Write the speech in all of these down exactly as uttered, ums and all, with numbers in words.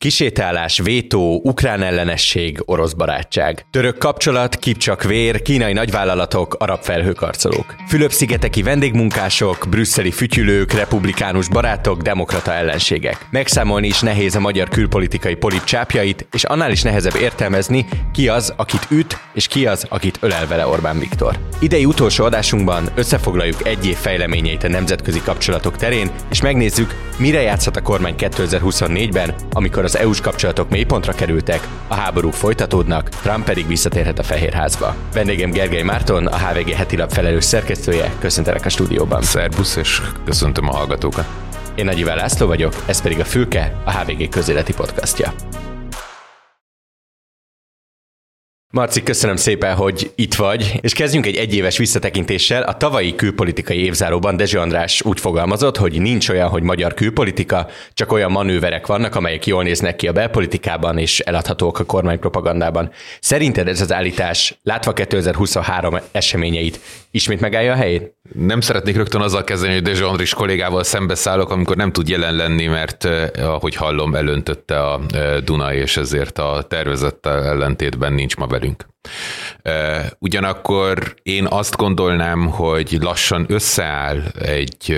Kisétálás, vétó, ukrán ellenesség, orosz barátság. Török kapcsolat, Kipcsak vér, kínai nagyvállalatok, arab felhőkarcolók. Fülöp-szigeteki vendégmunkások, brüsszeli fütyülők, republikánus barátok, demokrata ellenségek. Megszámolni is nehéz a magyar külpolitikai polip csápjait, és annál is nehezebb értelmezni, ki az, akit üt, és ki az, akit ölel vele Orbán Viktor. Idei utolsó adásunkban összefoglaljuk egy év fejleményeit a nemzetközi kapcsolatok terén, és megnézzük, mire játszhat a kormány kétezer-huszonnégyben, amikor az é u-s kapcsolatok mélypontra kerültek, a háborúk folytatódnak, Trump pedig visszatérhet a Fehérházba. Vendégem Gergely Márton, a há vé gé heti lap felelős szerkesztője, köszöntelek a stúdióban. Szerbusz, és köszöntöm a hallgatókat. Én Nagy Iván László vagyok, ez pedig a Fülke, a há vé gé közéleti podcastja. Marci, köszönöm szépen, hogy itt vagy, és kezdjünk egy egyéves visszatekintéssel. A tavalyi külpolitikai évzáróban Dezső András úgy fogalmazott, hogy nincs olyan, hogy magyar külpolitika, csak olyan manőverek vannak, amelyek jól néznek ki a belpolitikában és eladhatók a kormánypropagandában. Szerinted ez az állítás, látva kétezer-huszonhárom eseményeit, ismét megállja a helyét? Nem szeretnék rögtön azzal kezdeni, hogy Dezső András kollégával szembeszállok, amikor nem tud jelen lenni, mert ahogy hallom, elöntötte a Duna, és ezért a tervezettel ellentétben nincs ma velünk. Ugyanakkor én azt gondolnám, hogy lassan összeáll egy,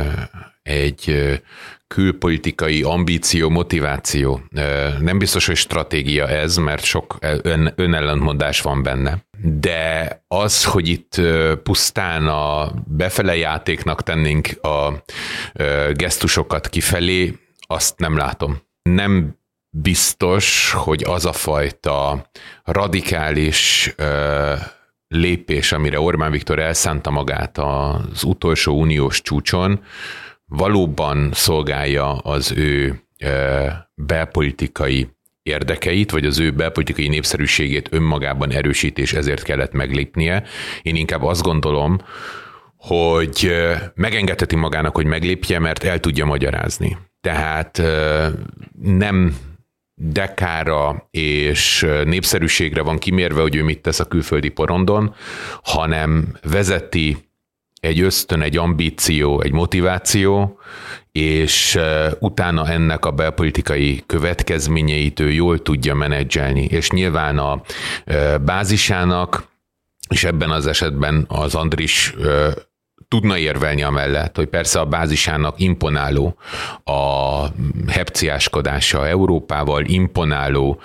egy külpolitikai ambíció, motiváció. Nem biztos, hogy stratégia ez, mert sok ön, önellentmondás van benne. De az, hogy itt pusztán a befele játéknak tennénk a gesztusokat kifelé, azt nem látom. Nem biztos, hogy az a fajta radikális ö, lépés, amire Orbán Viktor elszánta magát az utolsó uniós csúcson, valóban szolgálja az ő ö, belpolitikai érdekeit, vagy az ő belpolitikai népszerűségét önmagában erősít, és ezért kellett meglépnie. Én inkább azt gondolom, hogy megengedheti magának, hogy meglépje, mert el tudja magyarázni. Tehát ö, nem dekára és népszerűségre van kimérve, hogy ő mit tesz a külföldi porondon, hanem vezeti egy ösztön, egy ambíció, egy motiváció, és utána ennek a belpolitikai következményeit ő jól tudja menedzselni. És nyilván a bázisának, és ebben az esetben az Andris tudna érvelni amellett, hogy persze a bázisának imponáló a hepciáskodása Európával, imponáló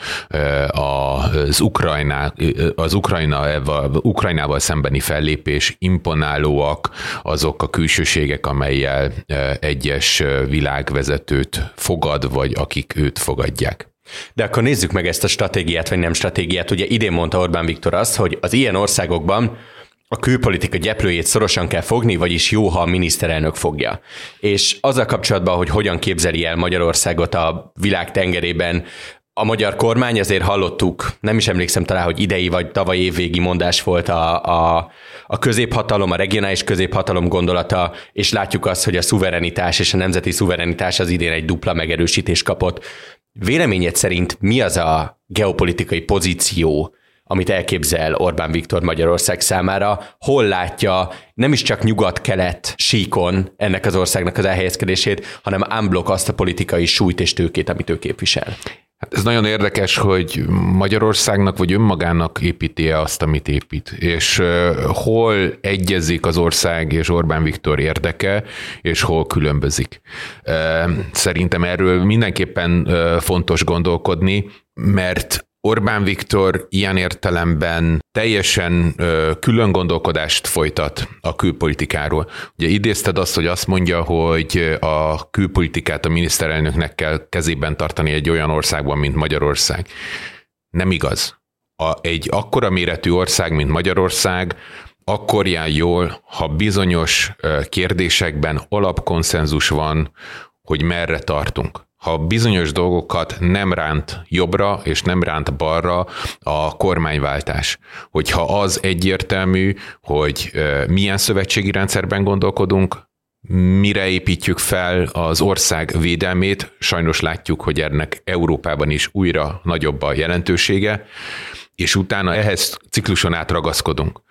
az, Ukrajná, az Ukrajnával, Ukrajnával szembeni fellépés, imponálóak azok a külsőségek, amellyel egyes világvezetőt fogad, vagy akik őt fogadják. De akkor nézzük meg ezt a stratégiát, vagy nem stratégiát. Ugye idén mondta Orbán Viktor azt, hogy az ilyen országokban a külpolitika gyeplőjét szorosan kell fogni, vagyis jó, ha a miniszterelnök fogja. És azzal kapcsolatban, hogy hogyan képzeli el Magyarországot a világ tengerében a magyar kormány, azért hallottuk, nem is emlékszem talán, hogy idei vagy tavaly évvégi mondás volt a, a, a középhatalom, a regionális középhatalom gondolata, és látjuk azt, hogy a szuverenitás és a nemzeti szuverenitás az idén egy dupla megerősítést kapott. Véleményed szerint mi az a geopolitikai pozíció, amit elképzel Orbán Viktor Magyarország számára, hol látja nem is csak nyugat-kelet síkon ennek az országnak az elhelyezkedését, hanem unblock azt a politikai súlyt és tőkét, amit ő képvisel? Hát ez nagyon érdekes, hogy Magyarországnak vagy önmagának építi-e azt, amit épít, és uh, hol egyezik az ország és Orbán Viktor érdeke, és hol különbözik. Uh, szerintem erről mindenképpen uh, fontos gondolkodni, mert Orbán Viktor ilyen értelemben teljesen ö, külön gondolkodást folytat a külpolitikáról. Ugye idézted azt, hogy azt mondja, hogy a külpolitikát a miniszterelnöknek kell kezében tartani egy olyan országban, mint Magyarország. Nem igaz. A, egy akkora méretű ország, mint Magyarország, akkor jár jól, ha bizonyos ö, kérdésekben alapkonszenzus van, hogy merre tartunk. Ha bizonyos dolgokat nem ránt jobbra és nem ránt balra a kormányváltás. Hogyha az egyértelmű, hogy milyen szövetségi rendszerben gondolkodunk, mire építjük fel az ország védelmét, sajnos látjuk, hogy ennek Európában is újra nagyobb a jelentősége, és utána ehhez cikluson át ragaszkodunk.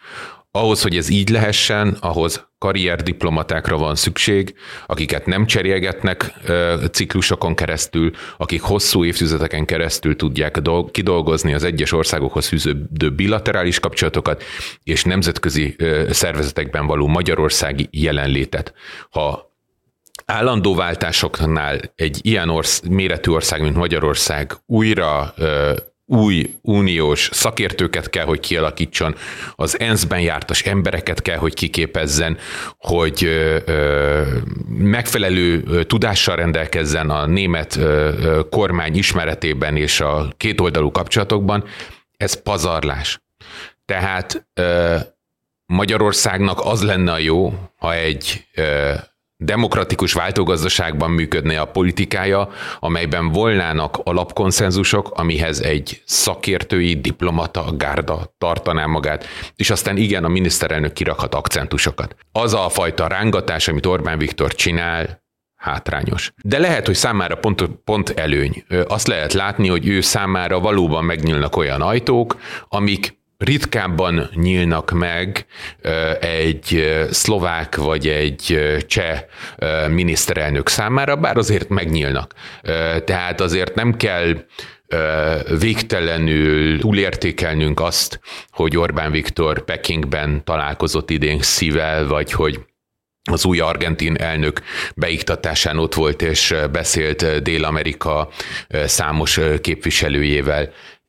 Ahhoz, hogy ez így lehessen, ahhoz karrierdiplomatákra van szükség, akiket nem cserélgetnek ciklusokon keresztül, akik hosszú évtizedeken keresztül tudják kidolgozni az egyes országokhoz fűződő bilaterális kapcsolatokat és nemzetközi szervezetekben való magyarországi jelenlétet. Ha állandó váltásoknál egy ilyen orsz- méretű ország, mint Magyarország újra új uniós szakértőket kell, hogy kialakítson, az ENSZ-ben jártas embereket kell, hogy kiképezzen, hogy ö, ö, megfelelő tudással rendelkezzen a német ö, kormány ismeretében és a kétoldalú kapcsolatokban, ez pazarlás. Tehát ö, Magyarországnak az lenne a jó, ha egy ö, demokratikus váltógazdaságban működne a politikája, amelyben volnának alapkonszenzusok, amihez egy szakértői diplomata gárda tartaná magát, és aztán igen, a miniszterelnök kirakhat akcentusokat. Az a fajta rángatás, amit Orbán Viktor csinál, hátrányos. De lehet, hogy számára pont, pont előny. Azt lehet látni, hogy ő számára valóban megnyílnak olyan ajtók, amik ritkábban nyílnak meg egy szlovák vagy egy cseh miniszterelnök számára, bár azért megnyílnak. Tehát azért nem kell végtelenül túlértékelnünk azt, hogy Orbán Viktor Pekingben találkozott idén Xivel, vagy hogy az új argentin elnök beiktatásán ott volt és beszélt Dél-Amerika számos képviselőjével.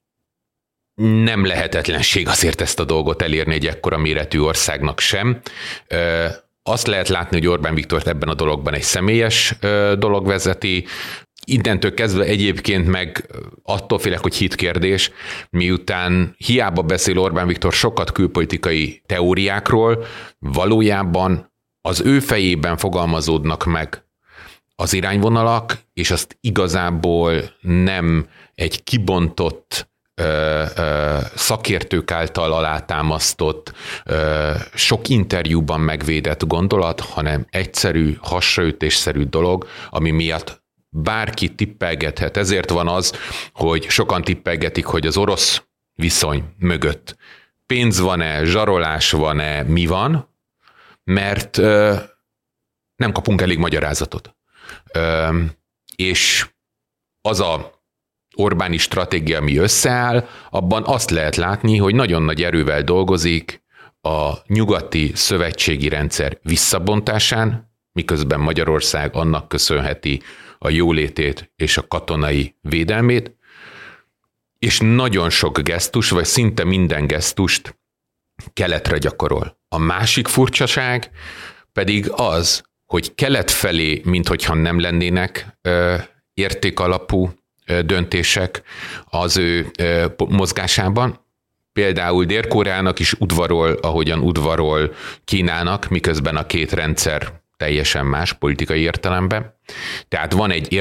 Nem lehetetlenség azért ezt a dolgot elérni egy ekkora méretű országnak sem. Azt lehet látni, hogy Orbán Viktort ebben a dologban egy személyes dolog vezeti. Innentől kezdve egyébként meg attól félek, hogy hitkérdés, miután hiába beszél Orbán Viktor sokat külpolitikai teóriákról, valójában az ő fejében fogalmazódnak meg az irányvonalak, és azt igazából nem egy kibontott, Ö, ö, szakértők által alátámasztott, ö, sok interjúban megvédett gondolat, hanem egyszerű, hasraütésszerű dolog, ami miatt bárki tippelgethet. Ezért van az, hogy sokan tippelgetik, hogy az orosz viszony mögött pénz van-e, zsarolás van-e, mi van, mert ö, nem kapunk elég magyarázatot. Ö, és az a Orbáni stratégia, ami összeáll, abban azt lehet látni, hogy nagyon nagy erővel dolgozik a nyugati szövetségi rendszer visszabontásán, miközben Magyarország annak köszönheti a jólétét és a katonai védelmét, és nagyon sok gesztus, vagy szinte minden gesztust keletre gyakorol. A másik furcsaság pedig az, hogy kelet felé, minthogyha nem lennének ö, értékalapú döntések az ő mozgásában. Például Dél-Koreának is udvarol, ahogyan udvarol Kínának, miközben a két rendszer teljesen más politikai értelemben. Tehát van egy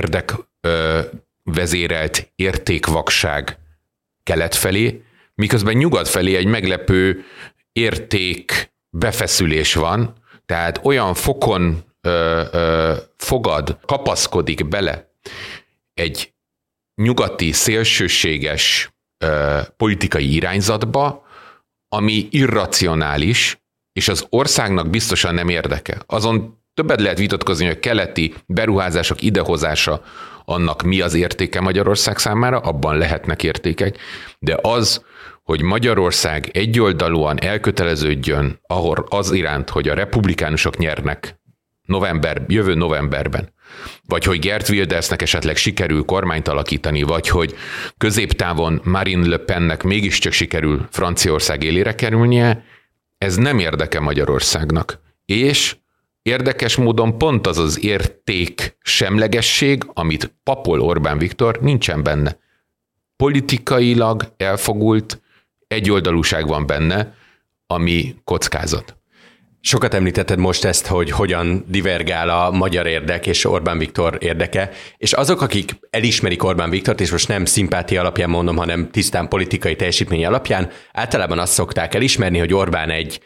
érdekvezérelt értékvakság kelet felé, miközben nyugat felé egy meglepő érték befeszülés van, tehát olyan fokon ö, ö, fogad, kapaszkodik bele egy nyugati szélsőséges ö, politikai irányzatba, ami irracionális, és az országnak biztosan nem érdeke. Azon többet lehet vitatkozni, hogy a keleti beruházások idehozása annak mi az értéke Magyarország számára, abban lehetnek értékek, de az, hogy Magyarország egyoldalúan elköteleződjön ahol az iránt, hogy a republikánusok nyernek november, jövő novemberben, vagy hogy Geert Wildersnek esetleg sikerül kormányt alakítani, vagy hogy középtávon Marine Le Pennek mégiscsak sikerül Franciaország élére kerülnie, ez nem érdeke Magyarországnak. És érdekes módon pont az az érték semlegesség, amit papol Orbán Viktor, nincsen benne. Politikailag elfogult egyoldalúság van benne, ami kockázat. Sokat említetted most ezt, hogy hogyan divergál a magyar érdek és Orbán Viktor érdeke, és azok, akik elismerik Orbán Viktort, és most nem szimpátia alapján mondom, hanem tisztán politikai teljesítmény alapján, általában azt szokták elismerni, hogy Orbán egy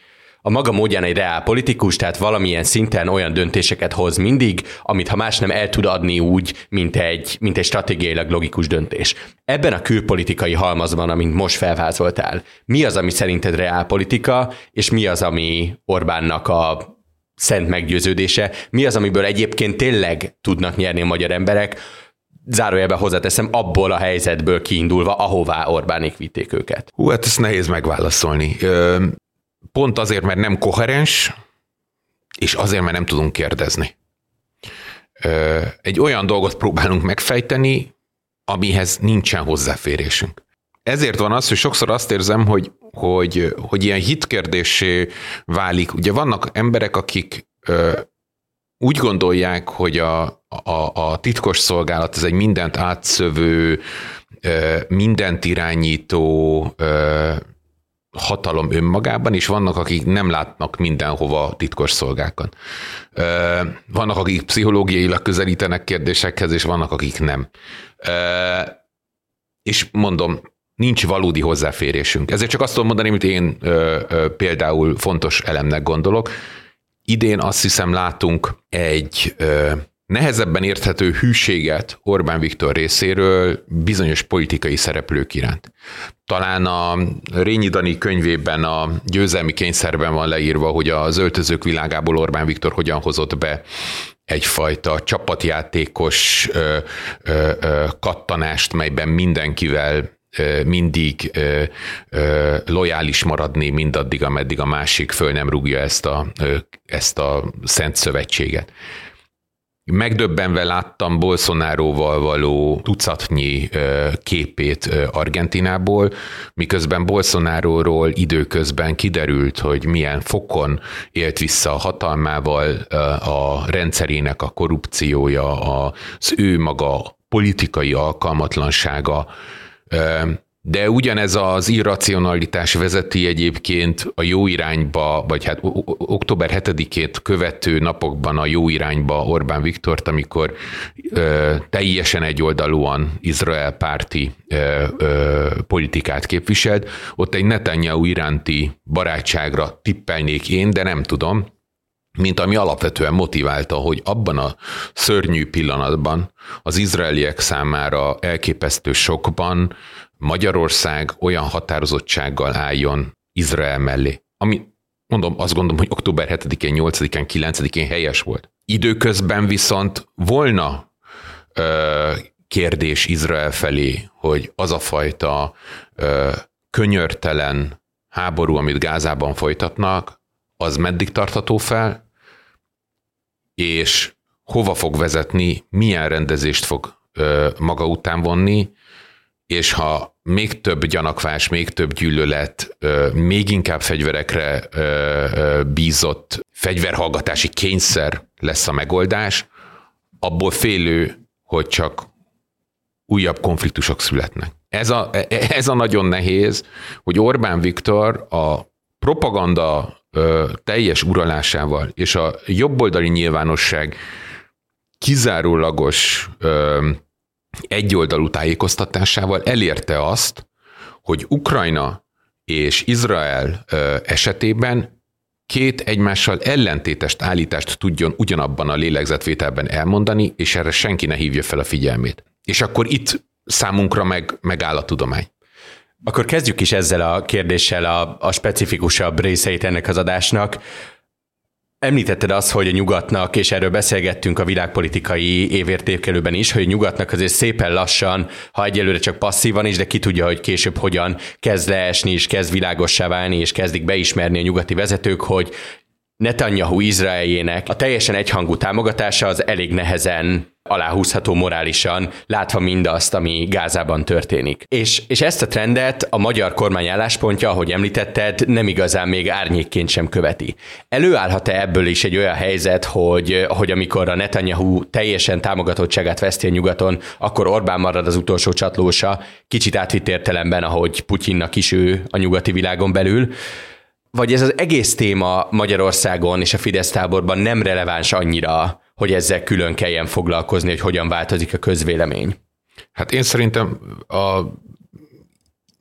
a maga módján egy reálpolitikus, tehát valamilyen szinten olyan döntéseket hoz mindig, amit ha más nem el tud adni úgy, mint egy, mint egy stratégiailag logikus döntés. Ebben a külpolitikai halmazban, amint most felvázoltál, mi az, ami szerinted reálpolitika, és mi az, ami Orbánnak a szent meggyőződése, mi az, amiből egyébként tényleg tudnak nyerni a magyar emberek, zárójelben hozzáteszem, abból a helyzetből kiindulva, ahová Orbánék vitték őket. Hú, hát ezt nehéz megválaszolni. Pont azért, mert nem koherens, és azért, mert nem tudunk kérdezni. Egy olyan dolgot próbálunk megfejteni, amihez nincsen hozzáférésünk. Ezért van az, hogy sokszor azt érzem, hogy, hogy, hogy ilyen hitkérdéssé válik. Ugye vannak emberek, akik úgy gondolják, hogy a, a, a titkos szolgálat ez egy mindent átszövő, mindent irányító hatalom önmagában, és vannak, akik nem látnak mindenhova titkos szolgákat. Vannak, akik pszichológiailag közelítenek kérdésekhez, és vannak, akik nem. És mondom, nincs valódi hozzáférésünk. Ezért csak azt tudom mondani, amit én például fontos elemnek gondolok. Idén azt hiszem látunk egy nehezebben érthető hűséget Orbán Viktor részéről bizonyos politikai szereplők iránt. Talán a Rényi Dani könyvében a Győzelmi kényszerben van leírva, hogy az öltözők világából Orbán Viktor hogyan hozott be egyfajta csapatjátékos ö, ö, ö, kattanást, melyben mindenkivel ö, mindig ö, ö, lojális maradni mindaddig, ameddig a másik föl nem rúgja ezt a, ö, ezt a szent szövetséget. Megdöbbenve láttam Bolsonaróval való tucatnyi képét Argentinából, miközben Bolsonaróról időközben kiderült, hogy milyen fokon élt vissza a hatalmával, a rendszerének a korrupciója, az ő maga politikai alkalmatlansága, de ugyanez az irracionalitás vezeti egyébként a jó irányba, vagy hát október hetedikét követő napokban a jó irányba Orbán Viktort, amikor ö, teljesen egyoldalúan Izrael párti ö, ö, politikát képviselt. Ott egy Netanyahu iránti barátságra tippelnék én, de nem tudom, mint ami alapvetően motiválta, hogy abban a szörnyű pillanatban az izraeliek számára elképesztő sokban Magyarország olyan határozottsággal álljon Izrael mellé. Ami, mondom, azt gondolom, hogy október hetedikén, nyolcadikán, kilencedikén helyes volt. Időközben viszont volna ö, kérdés Izrael felé, hogy az a fajta ö, könyörtelen háború, amit Gázában folytatnak, az meddig tartható fel, és hova fog vezetni, milyen rendezést fog ö, maga után vonni, és ha még több gyanakvás, még több gyűlölet, még inkább fegyverekre bízott fegyverhallgatási kényszer lesz a megoldás, abból félő, hogy csak újabb konfliktusok születnek. Ez a, ez a nagyon nehéz, hogy Orbán Viktor a propaganda teljes uralásával és a jobboldali nyilvánosság kizárólagos egyoldalú tájékoztatásával elérte azt, hogy Ukrajna és Izrael esetében két egymással ellentétes állítást tudjon ugyanabban a lélegzetvételben elmondani, és erre senki ne hívja fel a figyelmét. És akkor itt számunkra meg, megáll a tudomány. Akkor kezdjük is ezzel a kérdéssel a, a specifikusabb részeit ennek az adásnak. Említetted azt, hogy a nyugatnak, és erről beszélgettünk a világpolitikai évértékelőben is, hogy a nyugatnak azért szépen lassan, ha egyelőre csak passzívan is, de ki tudja, hogy később hogyan kezd leesni, és kezd világossá válni, és kezdik beismerni a nyugati vezetők, hogy Netanyahu Izraeljének a teljesen egyhangú támogatása az elég nehezen aláhúzható morálisan, látva mindazt, ami Gázában történik. És, és ezt a trendet a magyar kormány álláspontja, ahogy említetted, nem igazán még árnyékként sem követi. Előállhat-e ebből is egy olyan helyzet, hogy, hogy amikor a Netanyahu teljesen támogatottságát veszti a nyugaton, akkor Orbán marad az utolsó csatlósa, kicsit átvitt értelemben, ahogy Putyinnak is ő a nyugati világon belül, vagy ez az egész téma Magyarországon és a Fidesz táborban nem releváns annyira, hogy ezzel külön kelljen foglalkozni, hogy hogyan változik a közvélemény? Hát én szerintem a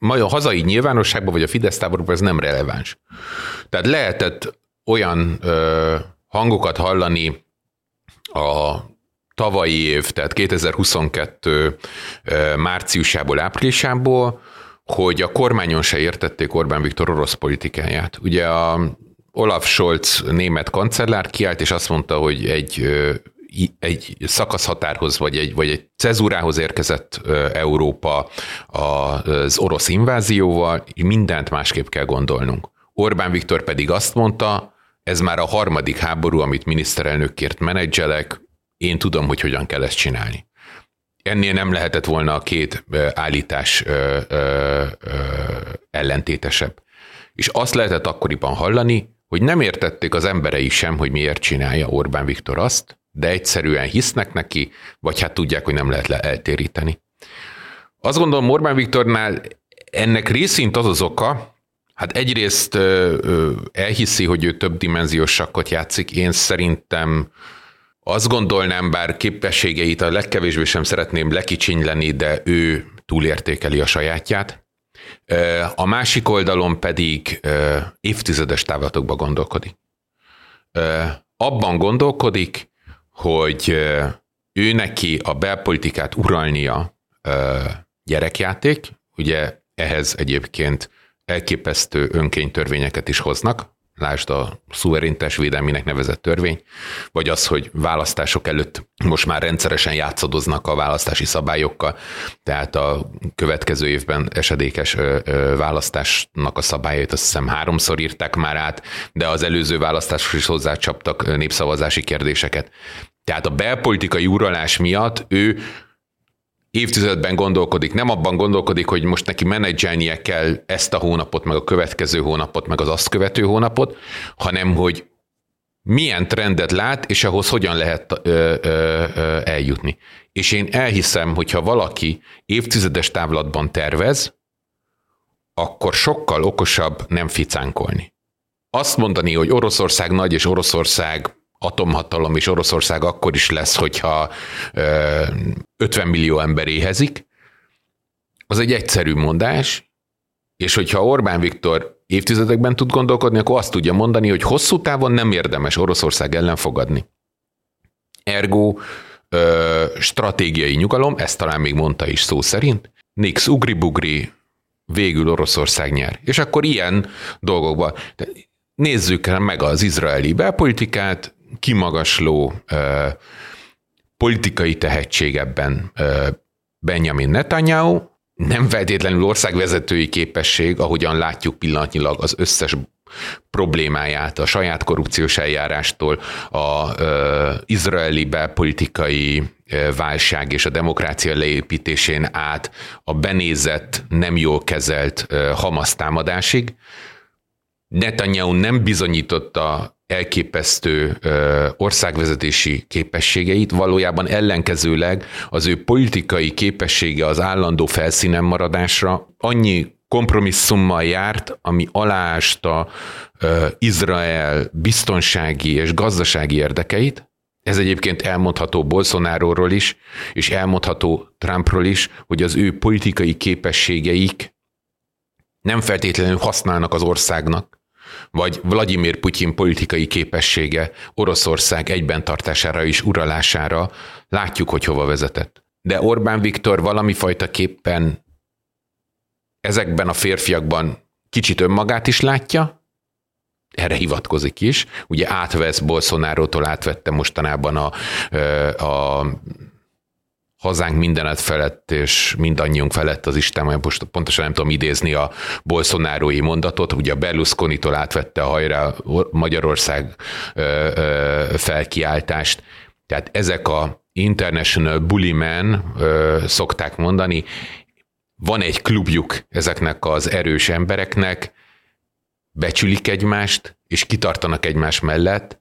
a hazai nyilvánosságban, vagy a Fidesz táborokban ez nem releváns. Tehát lehetett olyan ö, hangokat hallani a tavalyi év, tehát kétezer-huszonkettő ö, márciusából, áprilisából, hogy a kormányon se értették Orbán Viktor orosz politikáját. Ugye a Olaf Scholz német kancellár kiállt, és azt mondta, hogy egy, egy szakaszhatárhoz, vagy egy, vagy egy cezúrához érkezett Európa az orosz invázióval, mindent másképp kell gondolnunk. Orbán Viktor pedig azt mondta, ez már a harmadik háború, amit miniszterelnökként menedzselek, én tudom, hogy hogyan kell ezt csinálni. Ennél nem lehetett volna a két állítás ö, ö, ö, ellentétesebb. És azt lehetett akkoriban hallani, hogy nem értették az emberei sem, hogy miért csinálja Orbán Viktor azt, de egyszerűen hisznek neki, vagy hát tudják, hogy nem lehet le eltéríteni. Azt gondolom, Orbán Viktornál ennek részint az az oka, hát egyrészt ö, ö, elhiszi, hogy ő több dimenziós sakkot játszik, én szerintem azt gondolnám, bár képességeit a legkevésbé sem szeretném lekicsinyleni, de ő túlértékeli a sajátját. A másik oldalon pedig évtizedes távlatokba gondolkodik. Abban gondolkodik, hogy ő neki a belpolitikát uralnia gyerekjáték, ugye ehhez egyébként elképesztő önkénytörvényeket is hoznak, lásd a szuverenitás védelmének nevezett törvény, vagy az, hogy választások előtt most már rendszeresen játszadoznak a választási szabályokkal, tehát a következő évben esedékes választásnak a szabályait azt hiszem háromszor írták már át, de az előző választáshoz is hozzácsaptak népszavazási kérdéseket. Tehát a belpolitikai uralás miatt ő évtizedben gondolkodik, nem abban gondolkodik, hogy most neki menedzselnie kell ezt a hónapot, meg a következő hónapot, meg az azt követő hónapot, hanem hogy milyen trendet lát, és ahhoz hogyan lehet ö, ö, ö, eljutni. És én elhiszem, hogyha valaki évtizedes távlatban tervez, akkor sokkal okosabb nem ficánkolni. Azt mondani, hogy Oroszország nagy, és Oroszország atomhatalom, és Oroszország akkor is lesz, hogyha ötven millió ember éhezik, az egy egyszerű mondás, és hogyha Orbán Viktor évtizedekben tud gondolkodni, akkor azt tudja mondani, hogy hosszú távon nem érdemes Oroszország ellen fogadni. Ergo stratégiai nyugalom, ezt talán még mondta is szó szerint, nix ugri-bugri, végül Oroszország nyer. És akkor ilyen dolgokban nézzük meg az izraeli belpolitikát, kimagasló ö, politikai tehetség ebben ö, Benjamin Netanyahu, nem feltétlenül országvezetői képesség, ahogyan látjuk pillanatnyilag az összes problémáját, a saját korrupciós eljárástól, az izraeli belpolitikai ö, válság és a demokrácia leépítésén át a benézett, nem jól kezelt ö, Hamas támadásig. Netanyahu nem bizonyította elképesztő ö, országvezetési képességeit, valójában ellenkezőleg az ő politikai képessége az állandó felszínen maradásra annyi kompromisszummal járt, ami aláásta ö, Izrael biztonsági és gazdasági érdekeit. Ez egyébként elmondható Bolsonaróról is, és elmondható Trumpról is, hogy az ő politikai képességeik nem feltétlenül használnak az országnak, vagy Vladimir Putyin politikai képessége Oroszország egyben tartására és uralására, látjuk, hogy hova vezetett. De Orbán Viktor valami fajta képpen ezekben a férfiakban kicsit önmagát is látja, erre hivatkozik is, ugye átvesz Bolsonarótól, átvette mostanában a, a hazánk mindenet felett, és mindannyiunk felett az Isten, most pontosan nem tudom idézni a bolsonarói mondatot, ugye a Berlusconitól átvette a hajrá Magyarország felkiáltást, tehát ezek a international bully men szokták mondani, van egy klubjuk ezeknek az erős embereknek, becsülik egymást, és kitartanak egymás mellett,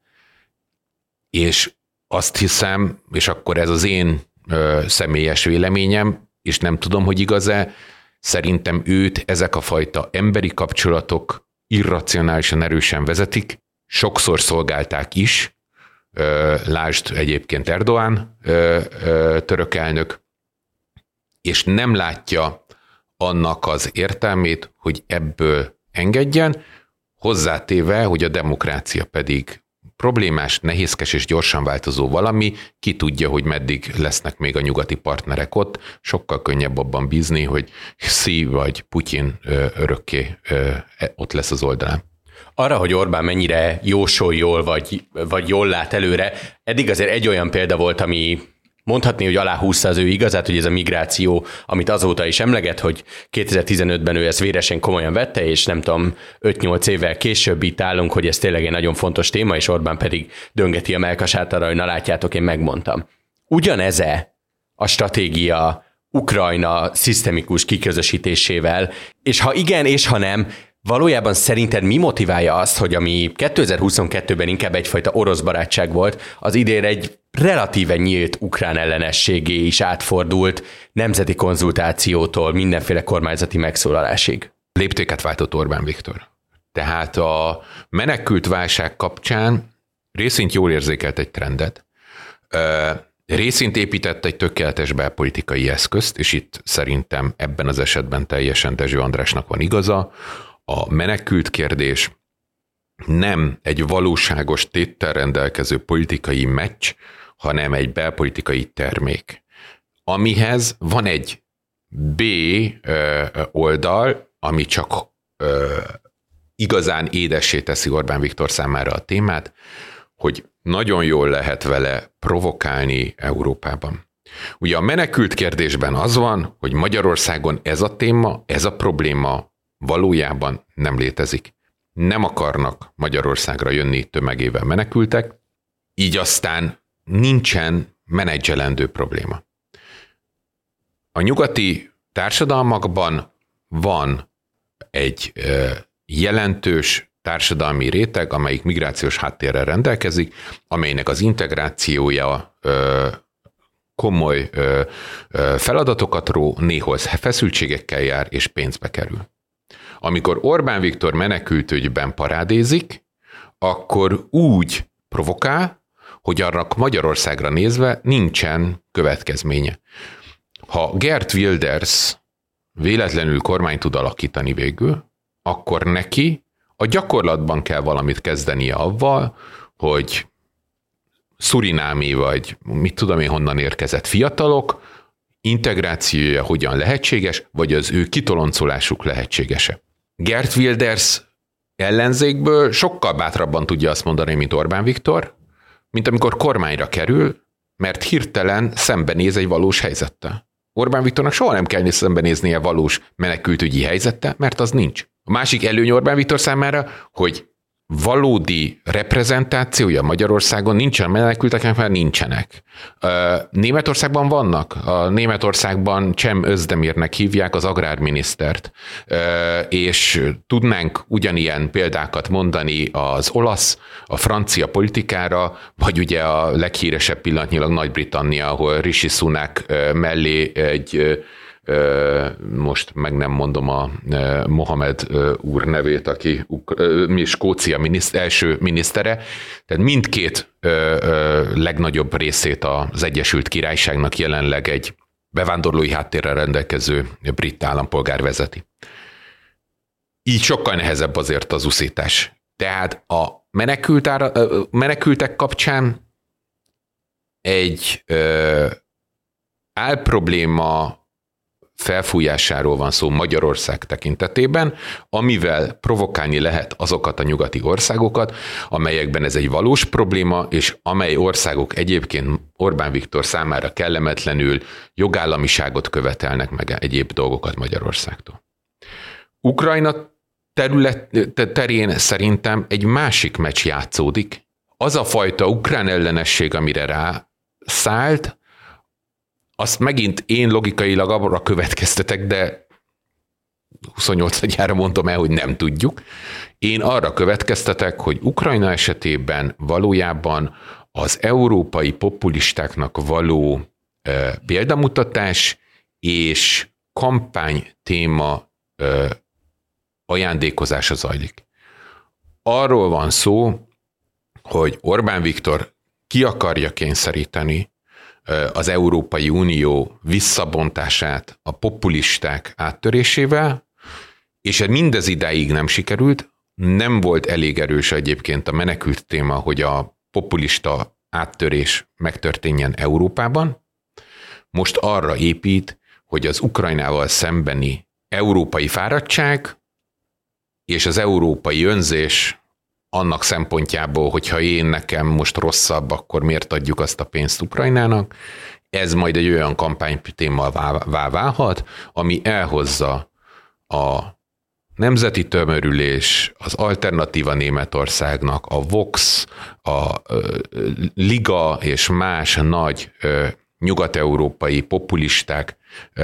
és azt hiszem, és akkor ez az én ö, személyes véleményem, és nem tudom, hogy igaz-e, szerintem őt ezek a fajta emberi kapcsolatok irracionálisan erősen vezetik, sokszor szolgálták is, ö, lásd egyébként Erdoğan ö, ö, török elnök, és nem látja annak az értelmét, hogy ebből engedjen, hozzátéve, hogy a demokrácia pedig problémás, nehézkes és gyorsan változó valami, ki tudja, hogy meddig lesznek még a nyugati partnerek ott, sokkal könnyebb abban bízni, hogy Xi vagy Putyin örökké ott lesz az oldalán. Arra, hogy Orbán mennyire jósol jól, vagy, vagy jól lát előre, eddig azért egy olyan példa volt, ami mondhatni, hogy aláhúzta az ő igazát, hogy ez a migráció, amit azóta is emleget, hogy kétezer-tizenötben ő ezt véresen komolyan vette, és nem tudom, öt-nyolc évvel később itt állunk, hogy ez tényleg egy nagyon fontos téma, és Orbán pedig döngeti a mellkasát arra, hogy na látjátok, én megmondtam. Ugyaneze a stratégia Ukrajna szisztemikus kiközösítésével, és ha igen, és ha nem, valójában szerinted mi motiválja azt, hogy ami kétezer-huszonkettőben inkább egyfajta orosz barátság volt, az idén egy relatíve nyílt ukrán ellenességé is átfordult, nemzeti konzultációtól mindenféle kormányzati megszólalásig? Léptéket váltott Orbán Viktor. Tehát a menekült válság kapcsán részint jól érzékelt egy trendet, részint épített egy tökéletes belpolitikai eszközt, és itt szerintem ebben az esetben teljesen Dezső Andrásnak van igaza. A menekült kérdés nem egy valóságos téttel rendelkező politikai meccs, hanem egy belpolitikai termék, amihez van egy B oldal, ami csak igazán édessé teszi Orbán Viktor számára a témát, hogy nagyon jól lehet vele provokálni Európában. Ugye a menekült kérdésben az van, hogy Magyarországon ez a téma, ez a probléma valójában nem létezik. Nem akarnak Magyarországra jönni tömegével menekültek, így aztán nincsen menedzselendő probléma. A nyugati társadalmakban van egy jelentős társadalmi réteg, amelyik migrációs háttérrel rendelkezik, amelynek az integrációja komoly feladatokat ró, néhol feszültségekkel jár és pénzbe kerül. Amikor Orbán Viktor menekültügyben parádézik, akkor úgy provokál, hogy annak Magyarországra nézve nincsen következménye. Ha Geert Wilders véletlenül kormányt tud alakítani végül, akkor neki a gyakorlatban kell valamit kezdenie avval, hogy szurinámi vagy mit tudom én honnan érkezett fiatalok integrációja hogyan lehetséges, vagy az ő kitoloncolásuk lehetséges-e. Geert Wilders ellenzékből sokkal bátrabban tudja azt mondani, mint Orbán Viktor, mint amikor kormányra kerül, mert hirtelen szembenéz egy valós helyzettel. Orbán Viktornak soha nem kell szembenéznie valós menekültügyi helyzettel, mert az nincs. A másik előny Orbán Viktor számára, hogy valódi reprezentációja Magyarországon nincsen, menekültek, mert nincsenek. Németországban vannak. A Németországban Cem Özdemirnek hívják az agrárminisztert, és tudnánk ugyanilyen példákat mondani az olasz, a francia politikára, vagy ugye a leghíresebb pillanatnyilag Nagy-Britannia, ahol Rishi Sunak mellé egy most meg nem mondom a Mohamed úr nevét, aki Skócia miniszt, első minisztere, tehát mindkét legnagyobb részét az Egyesült Királyságnak jelenleg egy bevándorlói háttérrel rendelkező brit állampolgár vezeti. Így sokkal nehezebb azért az uszítás. Tehát a menekült ára, menekültek kapcsán egy álprobléma felfújásáról van szó Magyarország tekintetében, amivel provokálni lehet azokat a nyugati országokat, amelyekben ez egy valós probléma, és amely országok egyébként Orbán Viktor számára kellemetlenül jogállamiságot követelnek meg egyéb dolgokat Magyarországtól. Ukrajna terület, terén szerintem egy másik meccs játszódik. Az a fajta ukrán ellenesség, amire rászállt, azt megint én logikailag arra következtetek, de huszonnyolcadjára mondom el, hogy nem tudjuk. Én arra következtetek, hogy Ukrajna esetében valójában az európai populistáknak való e, példamutatás és kampány téma e, ajándékozása zajlik. Arról van szó, hogy Orbán Viktor ki akarja kényszeríteni az Európai Unió visszabontását a populisták áttörésével, és mindez idáig nem sikerült, nem volt elég erős egyébként a menekült téma, hogy a populista áttörés megtörténjen Európában. Most arra épít, hogy az Ukrajnával szembeni európai fáradtság és az európai önzés annak szempontjából, hogyha én nekem most rosszabb, akkor miért adjuk azt a pénzt Ukrajnának, ez majd egy olyan kampánytémává válhat, ami elhozza a nemzeti tömörülés, az Alternatíva Németországnak, a Vox, a Liga és más nagy nyugat-európai populisták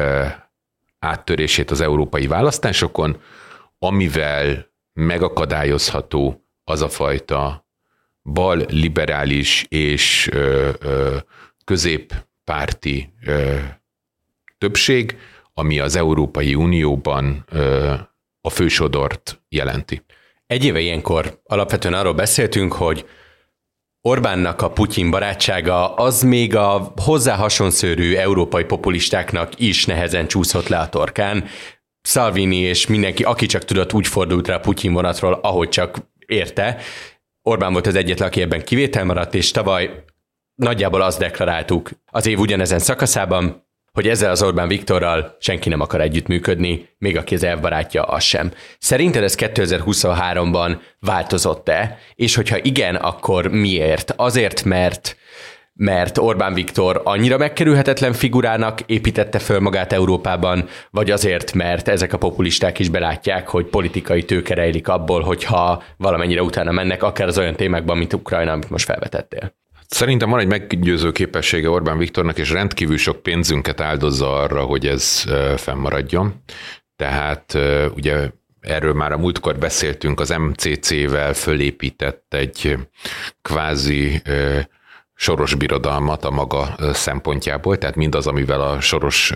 áttörését az európai választásokon, amivel megakadályozható az a fajta bal, liberális és ö, ö, középpárti ö, többség, ami az Európai Unióban ö, a fősodort jelenti. Egy éve ilyenkor alapvetően arról beszéltünk, hogy Orbánnak a Putyin barátsága az még a hozzá hasonszőrű európai populistáknak is nehezen csúszott le a torkán. Salvini és mindenki, aki csak tudott, úgy fordult rá a Putyin vonatról, ahogy csak érte. Orbán volt az egyetlen, aki ebben kivétel maradt, és tavaly nagyjából azt deklaráltuk az év ugyanezen szakaszában, hogy ezzel az Orbán Viktorral senki nem akar együttműködni, még aki az elvbarátja, az sem. Szerinted ez kétezer-huszonháromban változott-e? És hogyha igen, akkor miért? Azért, mert mert Orbán Viktor annyira megkerülhetetlen figurának építette föl magát Európában, vagy azért, mert ezek a populisták is belátják, hogy politikai tőke rejlik abból, hogyha valamennyire utána mennek, akár az olyan témákban, mint Ukrajna, amit most felvetettél. Szerintem van egy meggyőző képessége Orbán Viktornak, és rendkívül sok pénzünket áldozza arra, hogy ez fennmaradjon. Tehát ugye erről már a múltkor beszéltünk, az em cé cé-vel fölépített egy kvázi soros birodalmat a maga szempontjából, tehát mindaz, amivel a soros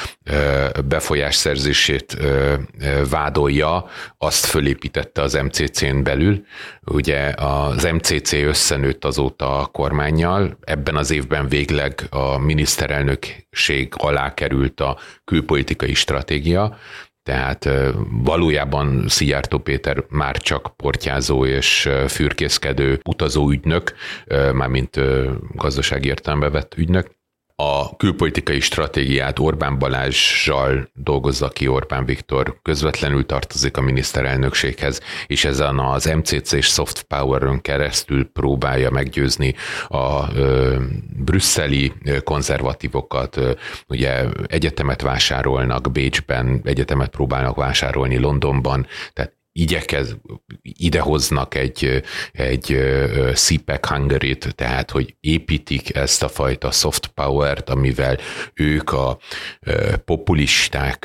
befolyásszerzését vádolja, azt fölépítette az em cé cén belül. Ugye az em cé cé összenőtt azóta a kormánnyal, ebben az évben végleg a miniszterelnökség alá került a külpolitikai stratégia, tehát valójában Szijjártó Péter már csak portyázó és fürkészkedő utazóügynök, mármint gazdasági értelembe vett ügynök. A külpolitikai stratégiát Orbán Balázssal dolgozza ki Orbán Viktor, közvetlenül tartozik a miniszterelnökséghez, és ezen az em cé cés soft power-ön keresztül próbálja meggyőzni a ö, brüsszeli konzervatívokat. Ugye egyetemet vásárolnak Bécsben, egyetemet próbálnak vásárolni Londonban, tehát igyekez, idehoznak egy, egy cé pek Hungary-t, tehát hogy építik ezt a fajta soft power-t, amivel ők a populisták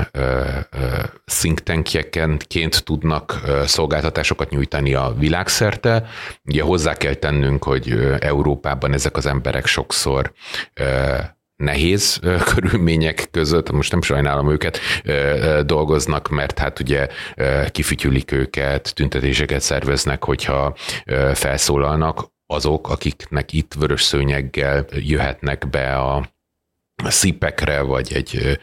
think tankjeként tudnak szolgáltatásokat nyújtani a világszerte. Ugye hozzá kell tennünk, hogy Európában ezek az emberek sokszor nehéz körülmények között, most nem sajnálom őket, dolgoznak, mert hát ugye kifütyülik őket, tüntetéseket szerveznek, hogyha felszólalnak azok, akiknek itt vörös szőnyeggel jöhetnek be a cé pekre, vagy egy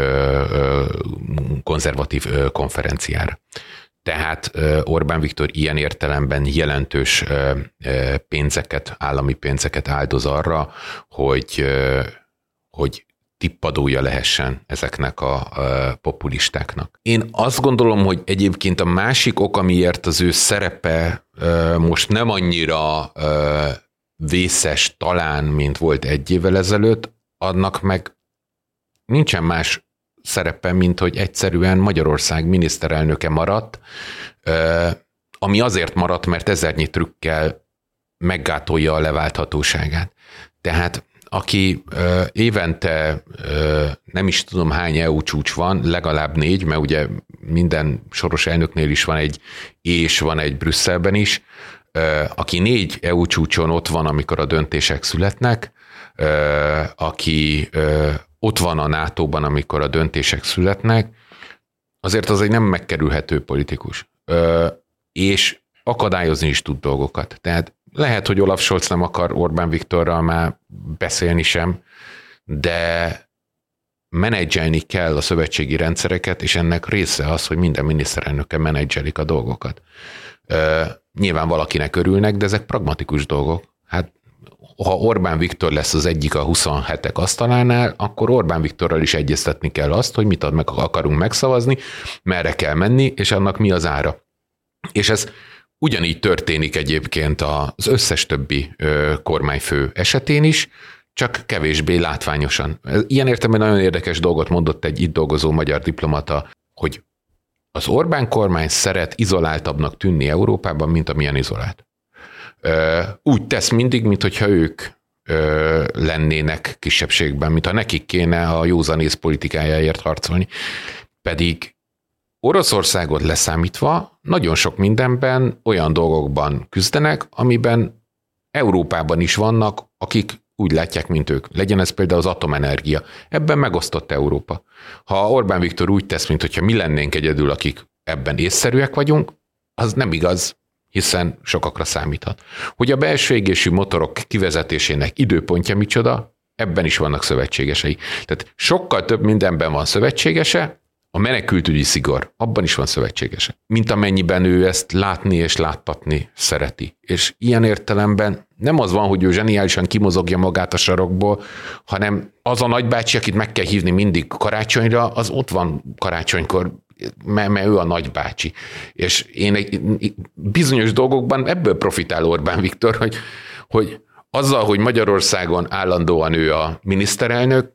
konzervatív konferenciára. Tehát Orbán Viktor ilyen értelemben jelentős pénzeket, állami pénzeket áldoz arra, hogy hogy tippadója lehessen ezeknek a, a populistáknak. Én azt gondolom, hogy egyébként a másik ok, amiért az ő szerepe most nem annyira vészes talán, mint volt egy évvel ezelőtt, annak meg nincsen más szerepe, mint hogy egyszerűen Magyarország miniszterelnöke maradt, ami azért maradt, mert ezernyi trükkel meggátolja a leválthatóságát. Tehát aki ö, évente ö, nem is tudom hány é u csúcs van, legalább négy, mert ugye minden soros elnöknél is van egy, és van egy Brüsszelben is, ö, aki négy é u csúcson ott van, amikor a döntések születnek, ö, aki ö, ott van a nátóban, amikor a döntések születnek, azért az egy nem megkerülhető politikus. Ö, és akadályozni is tud dolgokat. Tehát lehet, hogy Olaf Scholz nem akar Orbán Viktorral már beszélni sem, de menedzselni kell a szövetségi rendszereket, és ennek része az, hogy minden miniszterelnöke menedzselik a dolgokat. Ö, nyilván valakinek örülnek, de ezek pragmatikus dolgok. Hát ha Orbán Viktor lesz az egyik a huszonhetek asztalánál, akkor Orbán Viktorral is egyeztetni kell azt, hogy mit ad meg akarunk megszavazni, merre kell menni, és annak mi az ára. És ez ugyanígy történik egyébként az összes többi ö, kormányfő esetén is, csak kevésbé látványosan. Ilyen értelemben nagyon érdekes dolgot mondott egy itt dolgozó magyar diplomata, hogy az Orbán kormány szeret izoláltabbnak tűnni Európában, mint amilyen izolált. Úgy tesz mindig, mintha ők lennének kisebbségben, mintha nekik kéne a józanész politikájáért harcolni. Pedig Oroszországot leszámítva nagyon sok mindenben olyan dolgokban küzdenek, amiben Európában is vannak, akik úgy látják, mint ők. Legyen ez például az atomenergia. Ebben megosztott Európa. Ha Orbán Viktor úgy tesz, mintha mi lennénk egyedül, akik ebben észszerűek vagyunk, az nem igaz, hiszen sokakra számíthat. Hogy a belső égésű motorok kivezetésének időpontja micsoda, ebben is vannak szövetségesei. Tehát sokkal több mindenben van szövetségese, a menekültügyi szigor, abban is van szövetségese. Mint amennyiben ő ezt látni és láttatni szereti. És ilyen értelemben nem az van, hogy ő zseniálisan kimozogja magát a sarokból, hanem az a nagybácsi, akit meg kell hívni mindig karácsonyra, az ott van karácsonykor, mert, mert ő a nagybácsi. És én bizonyos dolgokban ebből profitál Orbán Viktor, hogy, hogy azzal, hogy Magyarországon állandóan ő a miniszterelnök,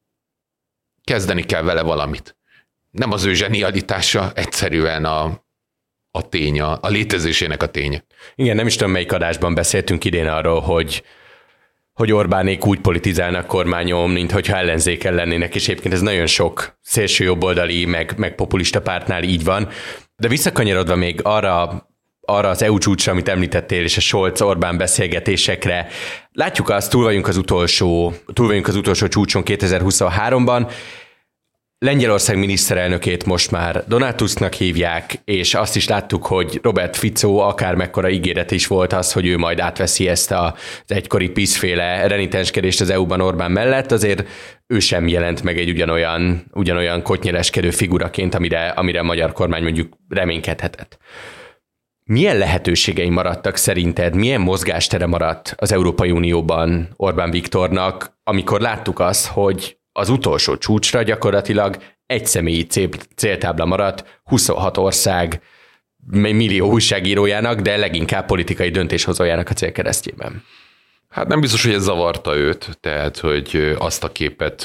kezdeni kell vele valamit. Nem az ő zsenialitása, egyszerűen a, a tény, a, a létezésének a ténye. Igen, nem is tudom, melyik adásban beszéltünk idén arról, hogy, hogy Orbánék úgy politizálnak kormányon, mintha ellenzéken lennének, és egyébként ez nagyon sok szélső jobboldali, meg, meg populista pártnál így van. De visszakanyarodva még arra, arra az é u csúcsra, amit említettél, és a Scholz-Orbán beszélgetésekre, látjuk azt, túl vagyunk az utolsó, túl vagyunk az utolsó csúcson kétezer-huszonháromban, Lengyelország miniszterelnökét most már Donald Tusknak hívják, és azt is láttuk, hogy Robert Fico akármekkora ígéret is volt az, hogy ő majd átveszi ezt az egykori PiS-féle renitenskedést az é u-ban Orbán mellett, azért ő sem jelent meg egy ugyanolyan, ugyanolyan kotnyeleskedő figuraként, amire, amire a magyar kormány mondjuk reménykedhetett. Milyen lehetőségei maradtak szerinted, milyen mozgástere maradt az Európai Unióban Orbán Viktornak, amikor láttuk azt, hogy az utolsó csúcsra gyakorlatilag egy személyi céltábla maradt huszonhat ország millió újságírójának, de leginkább politikai döntéshozójának a célkeresztjében? Hát nem biztos, hogy ez zavarta őt, tehát, hogy azt a képet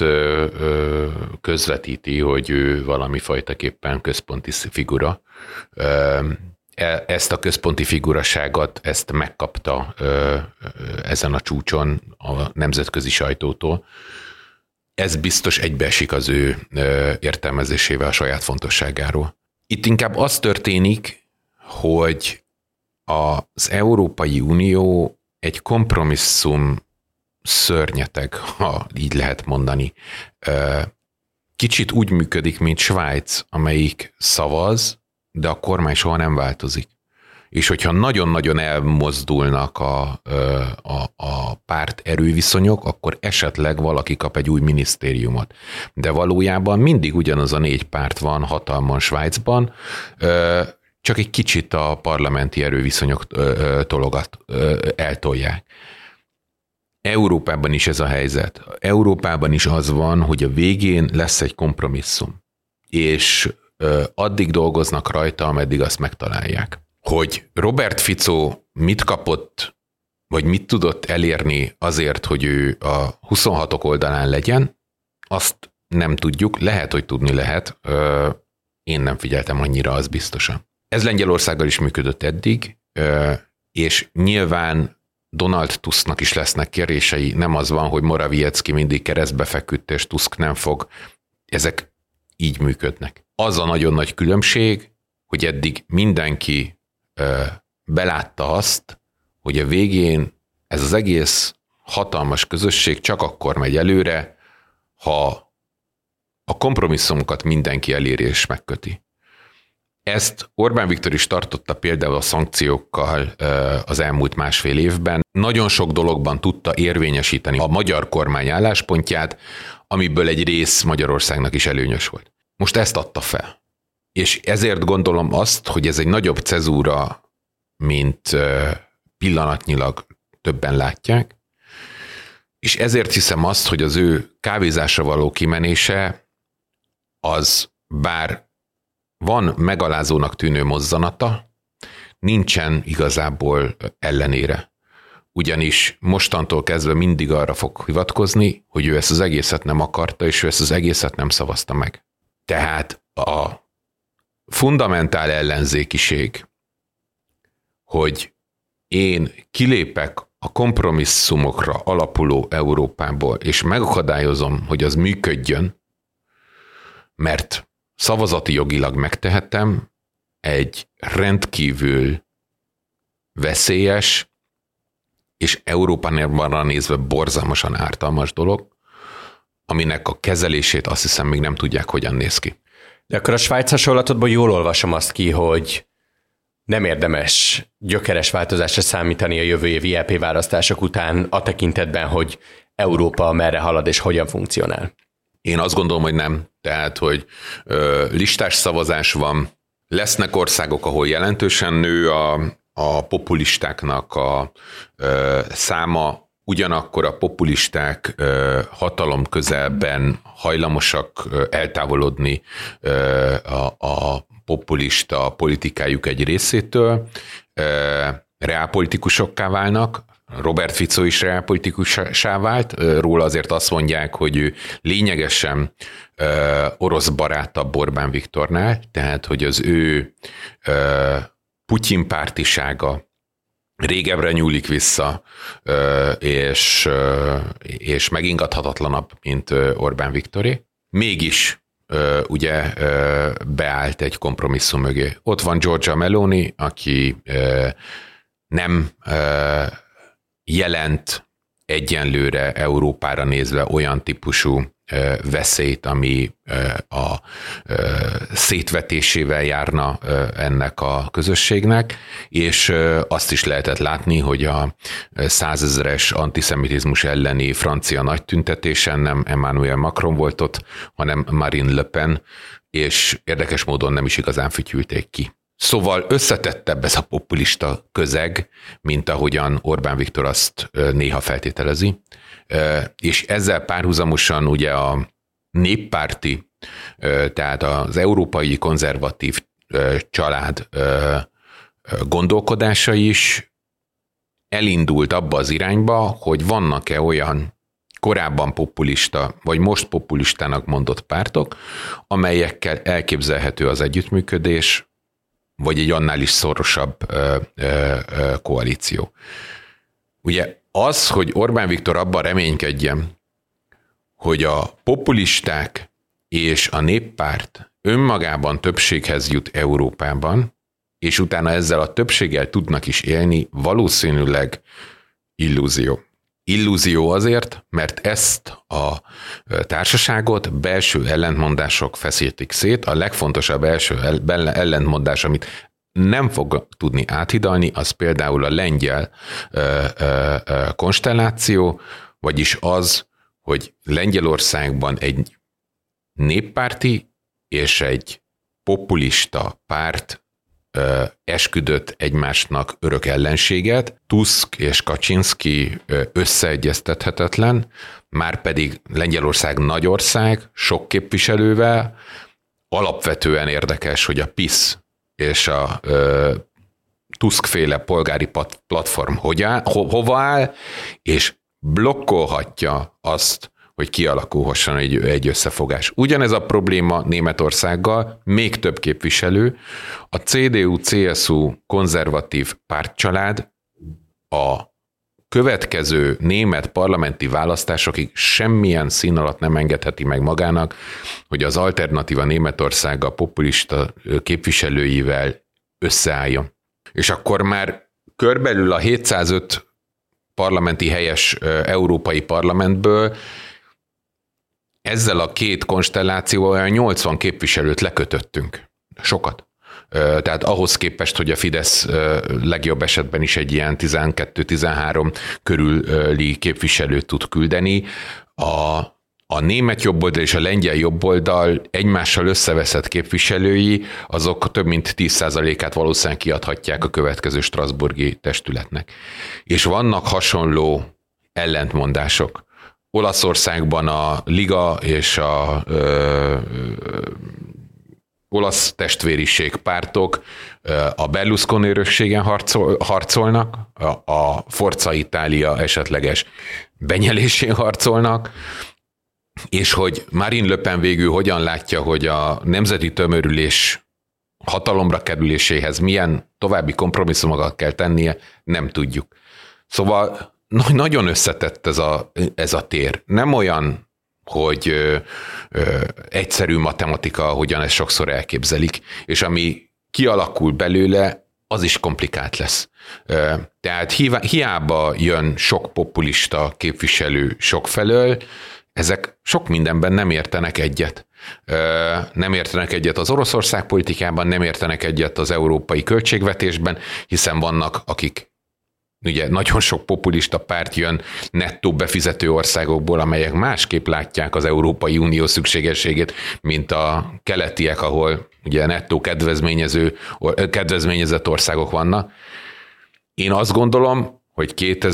közvetíti, hogy ő valami fajtaképpen központi figura. Ezt a központi figuraságot, ezt megkapta ezen a csúcson a nemzetközi sajtótól. Ez biztos egybeesik az ő értelmezésével a saját fontosságáról. Itt inkább az történik, hogy az Európai Unió egy kompromisszum szörnyeteg, ha így lehet mondani. Kicsit úgy működik, mint Svájc, amelyik szavaz, de a kormány soha nem változik. És hogyha nagyon-nagyon elmozdulnak a, a, a párt erőviszonyok, akkor esetleg valaki kap egy új minisztériumot. De valójában mindig ugyanaz a négy párt van hatalmon Svájcban, csak egy kicsit a parlamenti erőviszonyok tologat, eltolják. Európában is ez a helyzet. Európában is az van, hogy a végén lesz egy kompromisszum. És addig dolgoznak rajta, ameddig azt megtalálják. Hogy Robert Fico mit kapott, vagy mit tudott elérni azért, hogy ő a huszonhatok oldalán legyen, azt nem tudjuk, lehet, hogy tudni lehet, én nem figyeltem annyira, az biztosan. Ez Lengyelországgal is működött eddig, és nyilván Donald Tusknak is lesznek kérései, nem az van, hogy Morawiecki mindig keresztbe feküdt, és Tusk nem fog, ezek így működnek. Az a nagyon nagy különbség, hogy eddig mindenki belátta azt, hogy a végén ez az egész hatalmas közösség csak akkor megy előre, ha a kompromisszumokat mindenki eléri és megköti. Ezt Orbán Viktor is tartotta például a szankciókkal az elmúlt másfél évben. Nagyon sok dologban tudta érvényesíteni a magyar kormány álláspontját, amiből egy rész Magyarországnak is előnyös volt. Most ezt adta fel. És ezért gondolom azt, hogy ez egy nagyobb cezúra, mint pillanatnyilag többen látják, és ezért hiszem azt, hogy az ő kávézásra való kimenése az bár van megalázónak tűnő mozzanata, nincsen igazából ellenére. Ugyanis mostantól kezdve mindig arra fog hivatkozni, hogy ő ezt az egészet nem akarta, és ő ezt az egészet nem szavazta meg. Tehát a fundamentál ellenzékiség, hogy én kilépek a kompromisszumokra alapuló Európából, és megakadályozom, hogy az működjön, mert szavazati jogilag megtehetem, egy rendkívül veszélyes és Európában nézve borzalmasan ártalmas dolog, aminek a kezelését azt hiszem még nem tudják, hogyan néz ki. De akkor a Svájc hasonlatodból jól olvasom azt ki, hogy nem érdemes gyökeres változásra számítani a jövő évi é pé választások után a tekintetben, hogy Európa merre halad és hogyan funkcionál. Én azt gondolom, hogy nem. Tehát, hogy ö, listás szavazás van, lesznek országok, ahol jelentősen nő a, a populistáknak a ö, száma, ugyanakkor a populisták ö, hatalom közelben hajlamosak ö, eltávolodni ö, a, a populista politikájuk egy részétől, ö, reálpolitikusokká válnak. Robert Fico is reálpolitikussá vált, róla azért azt mondják, hogy ő lényegesen ö, orosz barátabb Orbán Viktornál, tehát hogy az ő ö, Putyin pártisága régebbre nyúlik vissza, ö, és, ö, és megingathatatlanabb, mint Orbán Viktoré. Mégis ö, ugye ö, beállt egy kompromisszum mögé. Ott van Giorgia Meloni, aki ö, nem ö, jelent egyenlőre Európára nézve olyan típusú ö, veszélyt, ami ö, a ö, szétvetésével járna ö, ennek a közösségnek, és ö, azt is lehetett látni, hogy a százezeres antiszemitizmus elleni francia nagytüntetésen nem Emmanuel Macron volt ott, hanem Marine Le Pen, és érdekes módon nem is igazán fütyülték ki. Szóval összetettebb ez a populista közeg, mint ahogyan Orbán Viktor azt néha feltételezi, és ezzel párhuzamosan ugye a néppárti, tehát az európai konzervatív család gondolkodása is elindult abba az irányba, hogy vannak-e olyan korábban populista, vagy most populistának mondott pártok, amelyekkel elképzelhető az együttműködés, vagy egy annál is szorosabb ö, ö, ö, koalíció. Ugye az, hogy Orbán Viktor abban reménykedjen, hogy a populisták és a néppárt önmagában többséghez jut Európában, és utána ezzel a többséggel tudnak is élni, valószínűleg illúzió. Illúzió azért, mert ezt a társaságot belső ellentmondások feszítik szét. A legfontosabb első ellentmondás, amit nem fog tudni áthidalni, az például a lengyel konstelláció, vagyis az, hogy Lengyelországban egy néppárti és egy populista párt esküdött egymásnak örök ellenséget, Tusk és Kaczynszki összeegyeztethetetlen, márpedig Lengyelország nagy ország, sok képviselővel, alapvetően érdekes, hogy a PiS és a Tusk-féle polgári platform hogy áll, ho, hova áll, és blokkolhatja azt, hogy kialakulhasson egy, egy összefogás. Ugyanez a probléma Németországgal, még több képviselő, a cé dé u cé es u konzervatív pártcsalád a következő német parlamenti választásokig semmilyen szín alatt nem engedheti meg magának, hogy az Alternatíva Németország a populista képviselőivel összeálljon. És akkor már körbelül a hétszázöt parlamenti helyes európai parlamentből ezzel a két konstellációval olyan nyolcvan képviselőt lekötöttünk. Sokat. Tehát ahhoz képest, hogy a Fidesz legjobb esetben is egy ilyen tizenkettő-tizenhárom körüli képviselőt tud küldeni, a, a német jobboldal és a lengyel jobboldal egymással összeveszett képviselői, azok több mint tíz százalékát valószínűleg kiadhatják a következő strasbourgi testületnek. És vannak hasonló ellentmondások. Olaszországban a Liga és a ö, ö, olasz testvériség pártok a Berlusconi örökségen harcol, harcolnak, a, a Forza Italia esetleges benyelésén harcolnak, és hogy Marine Le Pen végül hogyan látja, hogy a nemzeti tömörülés hatalomra kerüléséhez milyen további kompromisszumokat kell tennie, nem tudjuk. Szóval nagyon összetett ez a, ez a tér. Nem olyan, hogy ö, ö, egyszerű matematika, hogyan ezt sokszor elképzelik, és ami kialakul belőle, az is komplikált lesz. Ö, tehát hiába jön sok populista képviselő sokfelől, ezek sok mindenben nem értenek egyet. Ö, nem értenek egyet az Oroszország politikában, nem értenek egyet az európai költségvetésben, hiszen vannak, akik ugye nagyon sok populista párt jön nettó befizető országokból, amelyek másképp látják az Európai Unió szükségességét, mint a keletiek, ahol ugye nettó kedvezményező, kedvezményezett országok vannak. Én azt gondolom, hogy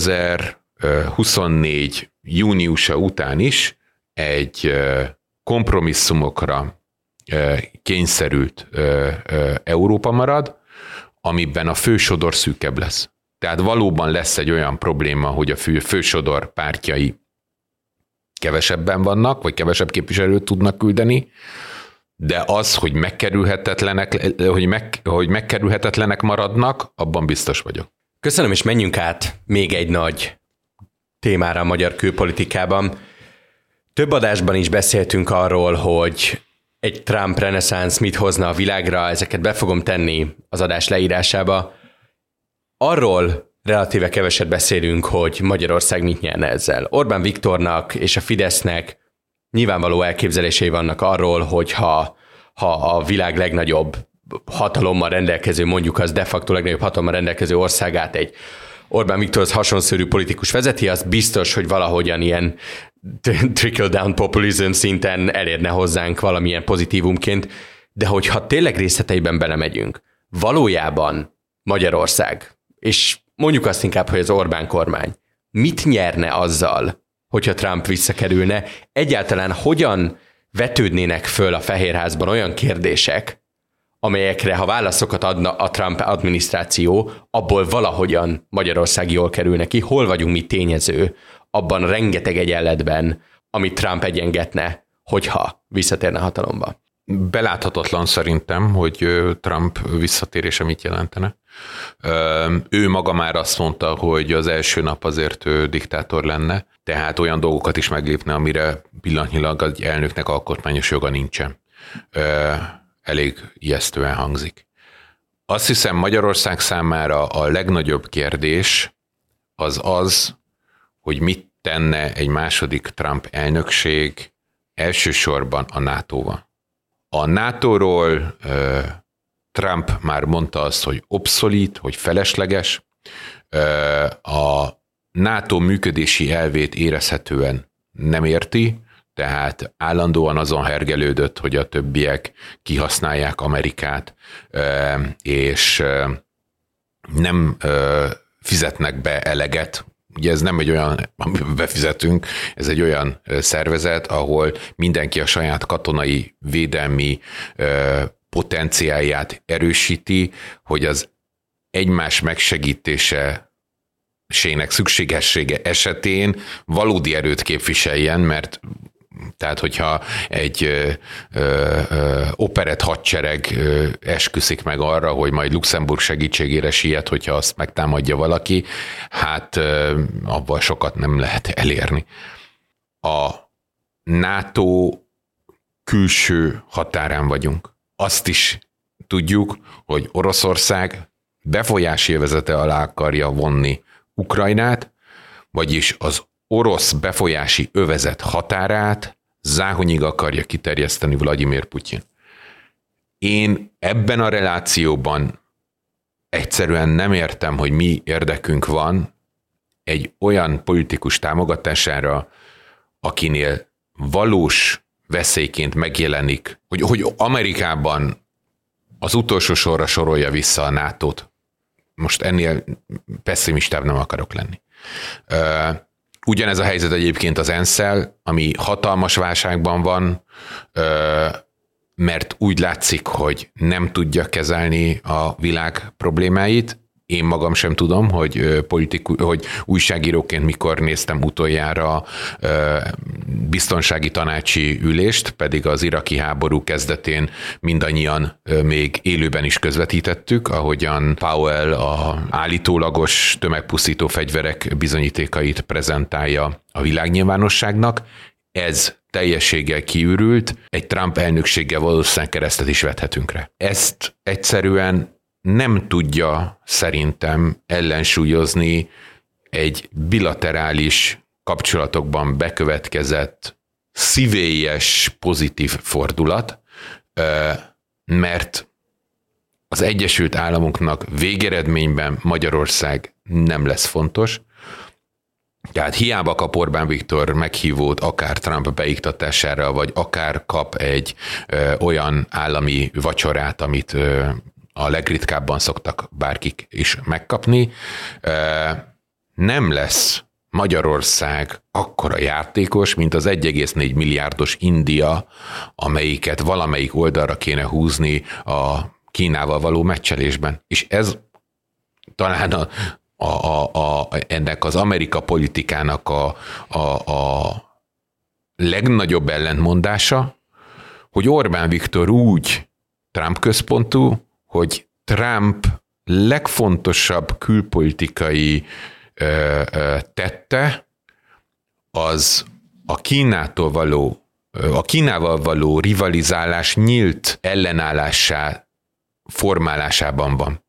kétezer-huszonnégy júniusa után is egy kompromisszumokra kényszerült Európa marad, amiben a fősodor szűkebb lesz. Tehát valóban lesz egy olyan probléma, hogy a fő, fősodor pártjai kevesebben vannak, vagy kevesebb képviselőt tudnak küldeni, de az, hogy megkerülhetetlenek, hogy, meg, hogy megkerülhetetlenek maradnak, abban biztos vagyok. Köszönöm, és menjünk át még egy nagy témára a magyar külpolitikában. Több adásban is beszéltünk arról, hogy egy Trump reneszánsz mit hozna a világra, ezeket be fogom tenni az adás leírásába. Arról relatíve keveset beszélünk, hogy Magyarország mit nyerne ezzel. Orbán Viktornak és a Fidesznek nyilvánvaló elképzelései vannak arról, hogy ha, ha a világ legnagyobb hatalommal rendelkező, mondjuk az de facto legnagyobb hatalommal rendelkező országát egy Orbán Viktorhoz hasonszörű politikus vezeti, az biztos, hogy valahogyan ilyen trickle-down populism szinten elérne hozzánk valamilyen pozitívumként, de hogyha tényleg részleteiben belemegyünk, valójában Magyarország, és mondjuk azt inkább, hogy az Orbán kormány mit nyerne azzal, hogyha Trump visszakerülne, egyáltalán hogyan vetődnének föl a Fehérházban olyan kérdések, amelyekre, ha válaszokat adna a Trump adminisztráció, abból valahogyan Magyarország jól kerülne ki, hol vagyunk mi tényező abban rengeteg egyenletben, amit Trump egyengetne, hogyha visszatérne hatalomba. Beláthatatlan szerintem, hogy Trump visszatérése mit jelentene. Ő maga már azt mondta, hogy az első nap azért ő diktátor lenne, tehát olyan dolgokat is meglépne, amire pillanatnyilag egy elnöknek alkotmányos joga nincsen. Elég ijesztően hangzik. Azt hiszem, Magyarország számára a legnagyobb kérdés az az, hogy mit tenne egy második Trump elnökség elsősorban a nátóval. A nátóról uh, Trump már mondta azt, hogy obszolít, hogy felesleges. Uh, a NATO működési elvét érezhetően nem érti, tehát állandóan azon hergelődött, hogy a többiek kihasználják Amerikát, uh, és uh, nem uh, fizetnek be eleget. Ugye ez nem egy olyan, amiben befizetünk, ez egy olyan szervezet, ahol mindenki a saját katonai védelmi potenciálját erősíti, hogy az egymás megsegítése sének szükségessége esetén valódi erőt képviseljen, mert tehát, hogyha egy ö, ö, operett hadsereg ö, esküszik meg arra, hogy majd Luxemburg segítségére siet, hogyha azt megtámadja valaki, hát ö, abban sokat nem lehet elérni. A NATO külső határán vagyunk. Azt is tudjuk, hogy Oroszország befolyási övezete alá akarja vonni Ukrajnát, vagyis az orosz befolyási övezet határát záhonyig akarja kiterjeszteni Vladimir Putyin. Én ebben a relációban egyszerűen nem értem, hogy mi érdekünk van egy olyan politikus támogatására, akinél valós veszélyként megjelenik, hogy, hogy Amerikában az utolsó sorra sorolja vissza a nátót. Most ennél pessimistább nem akarok lenni. Ugyanez a helyzet egyébként az ENSZ-szel, ami hatalmas válságban van, mert úgy látszik, hogy nem tudja kezelni a világ problémáit. Én magam sem tudom, hogy, politiku, hogy újságíróként mikor néztem utoljára biztonsági tanácsi ülést, pedig az iraki háború kezdetén mindannyian még élőben is közvetítettük, ahogyan Powell a állítólagos tömegpusztító fegyverek bizonyítékait prezentálja a világnyilvánosságnak. Ez teljességgel kiürült, egy Trump elnökséggel valószínűleg keresztet is vethetünk rá. Ezt egyszerűen nem tudja szerintem ellensúlyozni egy bilaterális kapcsolatokban bekövetkezett szívélyes pozitív fordulat, mert az Egyesült Államoknak végeredményben Magyarország nem lesz fontos. Tehát hiába kap Orbán Viktor meghívót akár Trump beiktatására, vagy akár kap egy ö, olyan állami vacsorát, amit ö, a legritkábban szoktak bárkik is megkapni, ö, nem lesz Magyarország akkora játékos, mint az egy egész négy milliárdos India, amelyiket valamelyik oldalra kéne húzni a Kínával való meccselésben. És ez talán a A, a, a, ennek az Amerika politikának a, a, a legnagyobb ellentmondása, hogy Orbán Viktor úgy Trump központú, hogy Trump legfontosabb külpolitikai ö, ö, tette az a Kínától való, ö, a Kínával való rivalizálás nyílt ellenállásá formálásában van.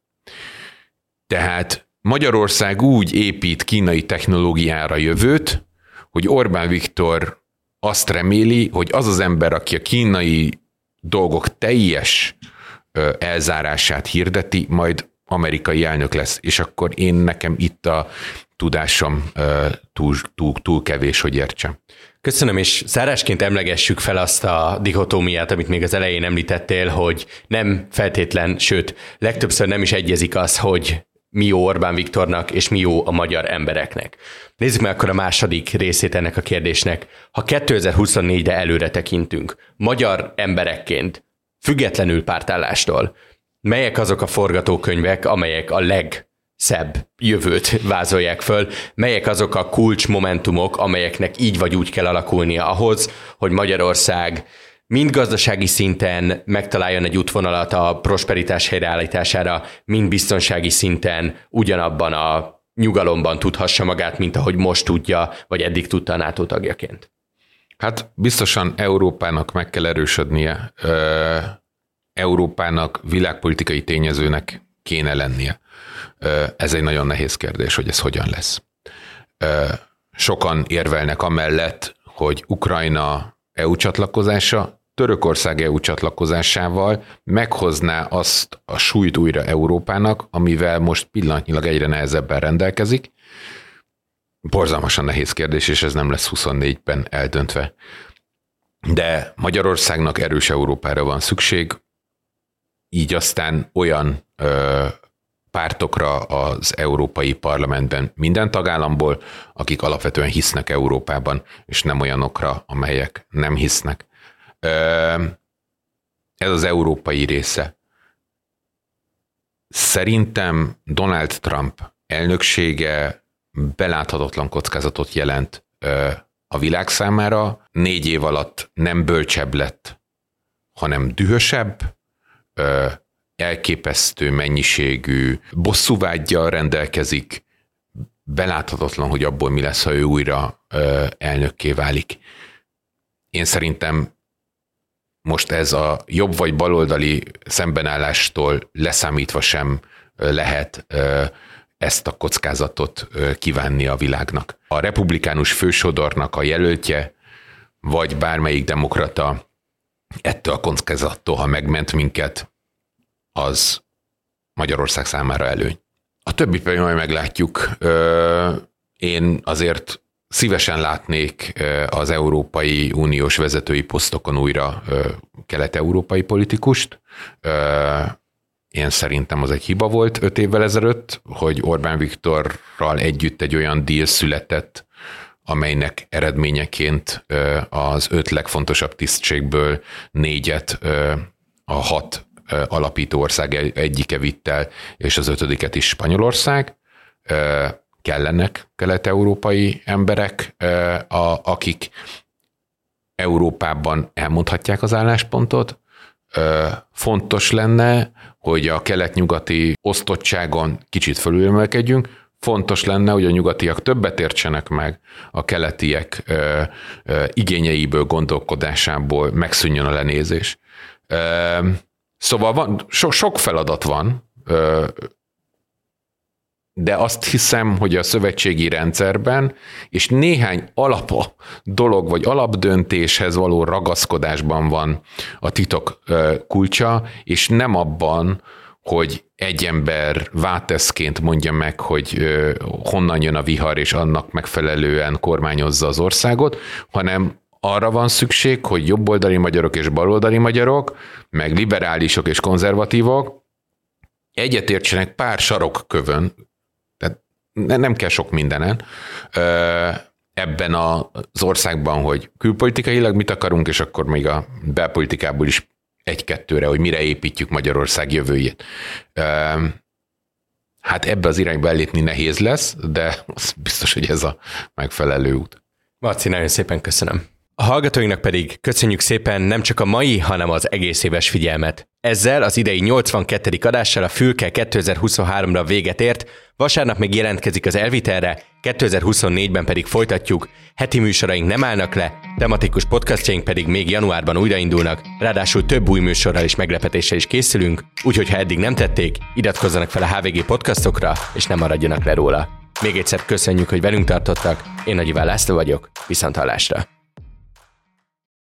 Tehát Magyarország úgy épít kínai technológiára jövőt, hogy Orbán Viktor azt reméli, hogy az az ember, aki a kínai dolgok teljes elzárását hirdeti, majd amerikai elnök lesz. És akkor én nekem itt a tudásom túl, túl, túl kevés, hogy értsem. Köszönöm, és zárásként emlegessük fel azt a dihotómiát, amit még az elején említettél, hogy nem feltétlen, sőt, legtöbbször nem is egyezik az, hogy mi jó Orbán Viktornak, és mi jó a magyar embereknek. Nézzük meg akkor a második részét ennek a kérdésnek. Ha kétezer-huszonnégyre előre tekintünk, magyar emberekként, függetlenül pártállástól, melyek azok a forgatókönyvek, amelyek a legszebb jövőt vázolják föl, melyek azok a kulcsmomentumok, amelyeknek így vagy úgy kell alakulnia ahhoz, hogy Magyarország mind gazdasági szinten megtaláljon egy útvonalat a prosperitás helyreállítására, mind biztonsági szinten ugyanabban a nyugalomban tudhassa magát, mint ahogy most tudja, vagy eddig tudta a NATO tagjaként. Hát biztosan Európának meg kell erősödnie, Európának világpolitikai tényezőnek kéne lennie. Ez egy nagyon nehéz kérdés, hogy ez hogyan lesz. Sokan érvelnek amellett, hogy Ukrajna é u csatlakozása Törökország é u csatlakozásával meghozná azt a súlyt újra Európának, amivel most pillanatnyilag egyre nehezebben rendelkezik. Borzalmasan nehéz kérdés, és ez nem lesz huszonnégyben eldöntve. De Magyarországnak erős Európára van szükség, így aztán olyan ö, pártokra az Európai Parlamentben minden tagállamból, akik alapvetően hisznek Európában, és nem olyanokra, amelyek nem hisznek. Ez az európai része. Szerintem Donald Trump elnöksége beláthatatlan kockázatot jelent a világ számára. Négy év alatt nem bölcsebb lett, hanem dühösebb, elképesztő mennyiségű bosszúvággyal rendelkezik, beláthatatlan, hogy abból mi lesz, ha ő újra elnökké válik. Én szerintem most ez a jobb vagy baloldali szembenállástól leszámítva sem lehet ezt a kockázatot kívánni a világnak. A republikánus fősodornak a jelöltje, vagy bármelyik demokrata ettől a kockázattól, ha megment minket, az Magyarország számára előny. A többi pedig majd meglátjuk. Én azért szívesen látnék az Európai Uniós vezetői posztokon újra kelet-európai politikust. Én szerintem az egy hiba volt öt évvel ezelőtt, hogy Orbán Viktorral együtt egy olyan deal született, amelynek eredményeként az öt legfontosabb tisztségből négyet a hat alapító ország egyike vitt el, és az ötödiket is Spanyolország. Kellenek kelet-európai emberek, akik Európában elmondhatják az álláspontot. Fontos lenne, hogy a kelet-nyugati osztottságon kicsit fölülemelkedjünk, fontos lenne, hogy a nyugatiak többet értsenek meg a keletiek ö, ö, igényeiből, gondolkodásából, megszűnjön a lenézés. Ö, szóval van, so, sok feladat van, ö, de azt hiszem, hogy a szövetségi rendszerben és néhány alapa dolog, vagy alapdöntéshez való ragaszkodásban van a titok ö, kulcsa, és nem abban, hogy egy ember váteszként mondja meg, hogy ö, honnan jön a vihar, és annak megfelelően kormányozza az országot, hanem arra van szükség, hogy jobboldali magyarok és baloldali magyarok, meg liberálisok és konzervatívok egyetértsenek pár sarokkövön, tehát nem kell sok mindenen, ö, ebben az országban, hogy külpolitikailag mit akarunk, és akkor még a belpolitikából is egy-kettőre, hogy mire építjük Magyarország jövőjét. Hát ebbe az irányba ellépni nehéz lesz, de az biztos, hogy ez a megfelelő út. Marci, nagyon szépen köszönöm. A hallgatóinknak pedig köszönjük szépen nem csak a mai, hanem az egész éves figyelmet. Ezzel az idei nyolcvankettedik adással a Fülke kétezer-huszonháromra véget ért, vasárnap még jelentkezik az Elvitelre, kétezer-huszonnégyben pedig folytatjuk, heti műsoraink nem állnak le, tematikus podcastjaink pedig még januárban újraindulnak, ráadásul több új műsorral és meglepetéssel is készülünk, úgyhogy ha eddig nem tették, iratkozzanak fel a há vé gé podcastokra, és ne maradjanak le róla. Még egyszer köszönjük, hogy velünk tartottak, én Nagy Iván László vagyok, viszonthallásra!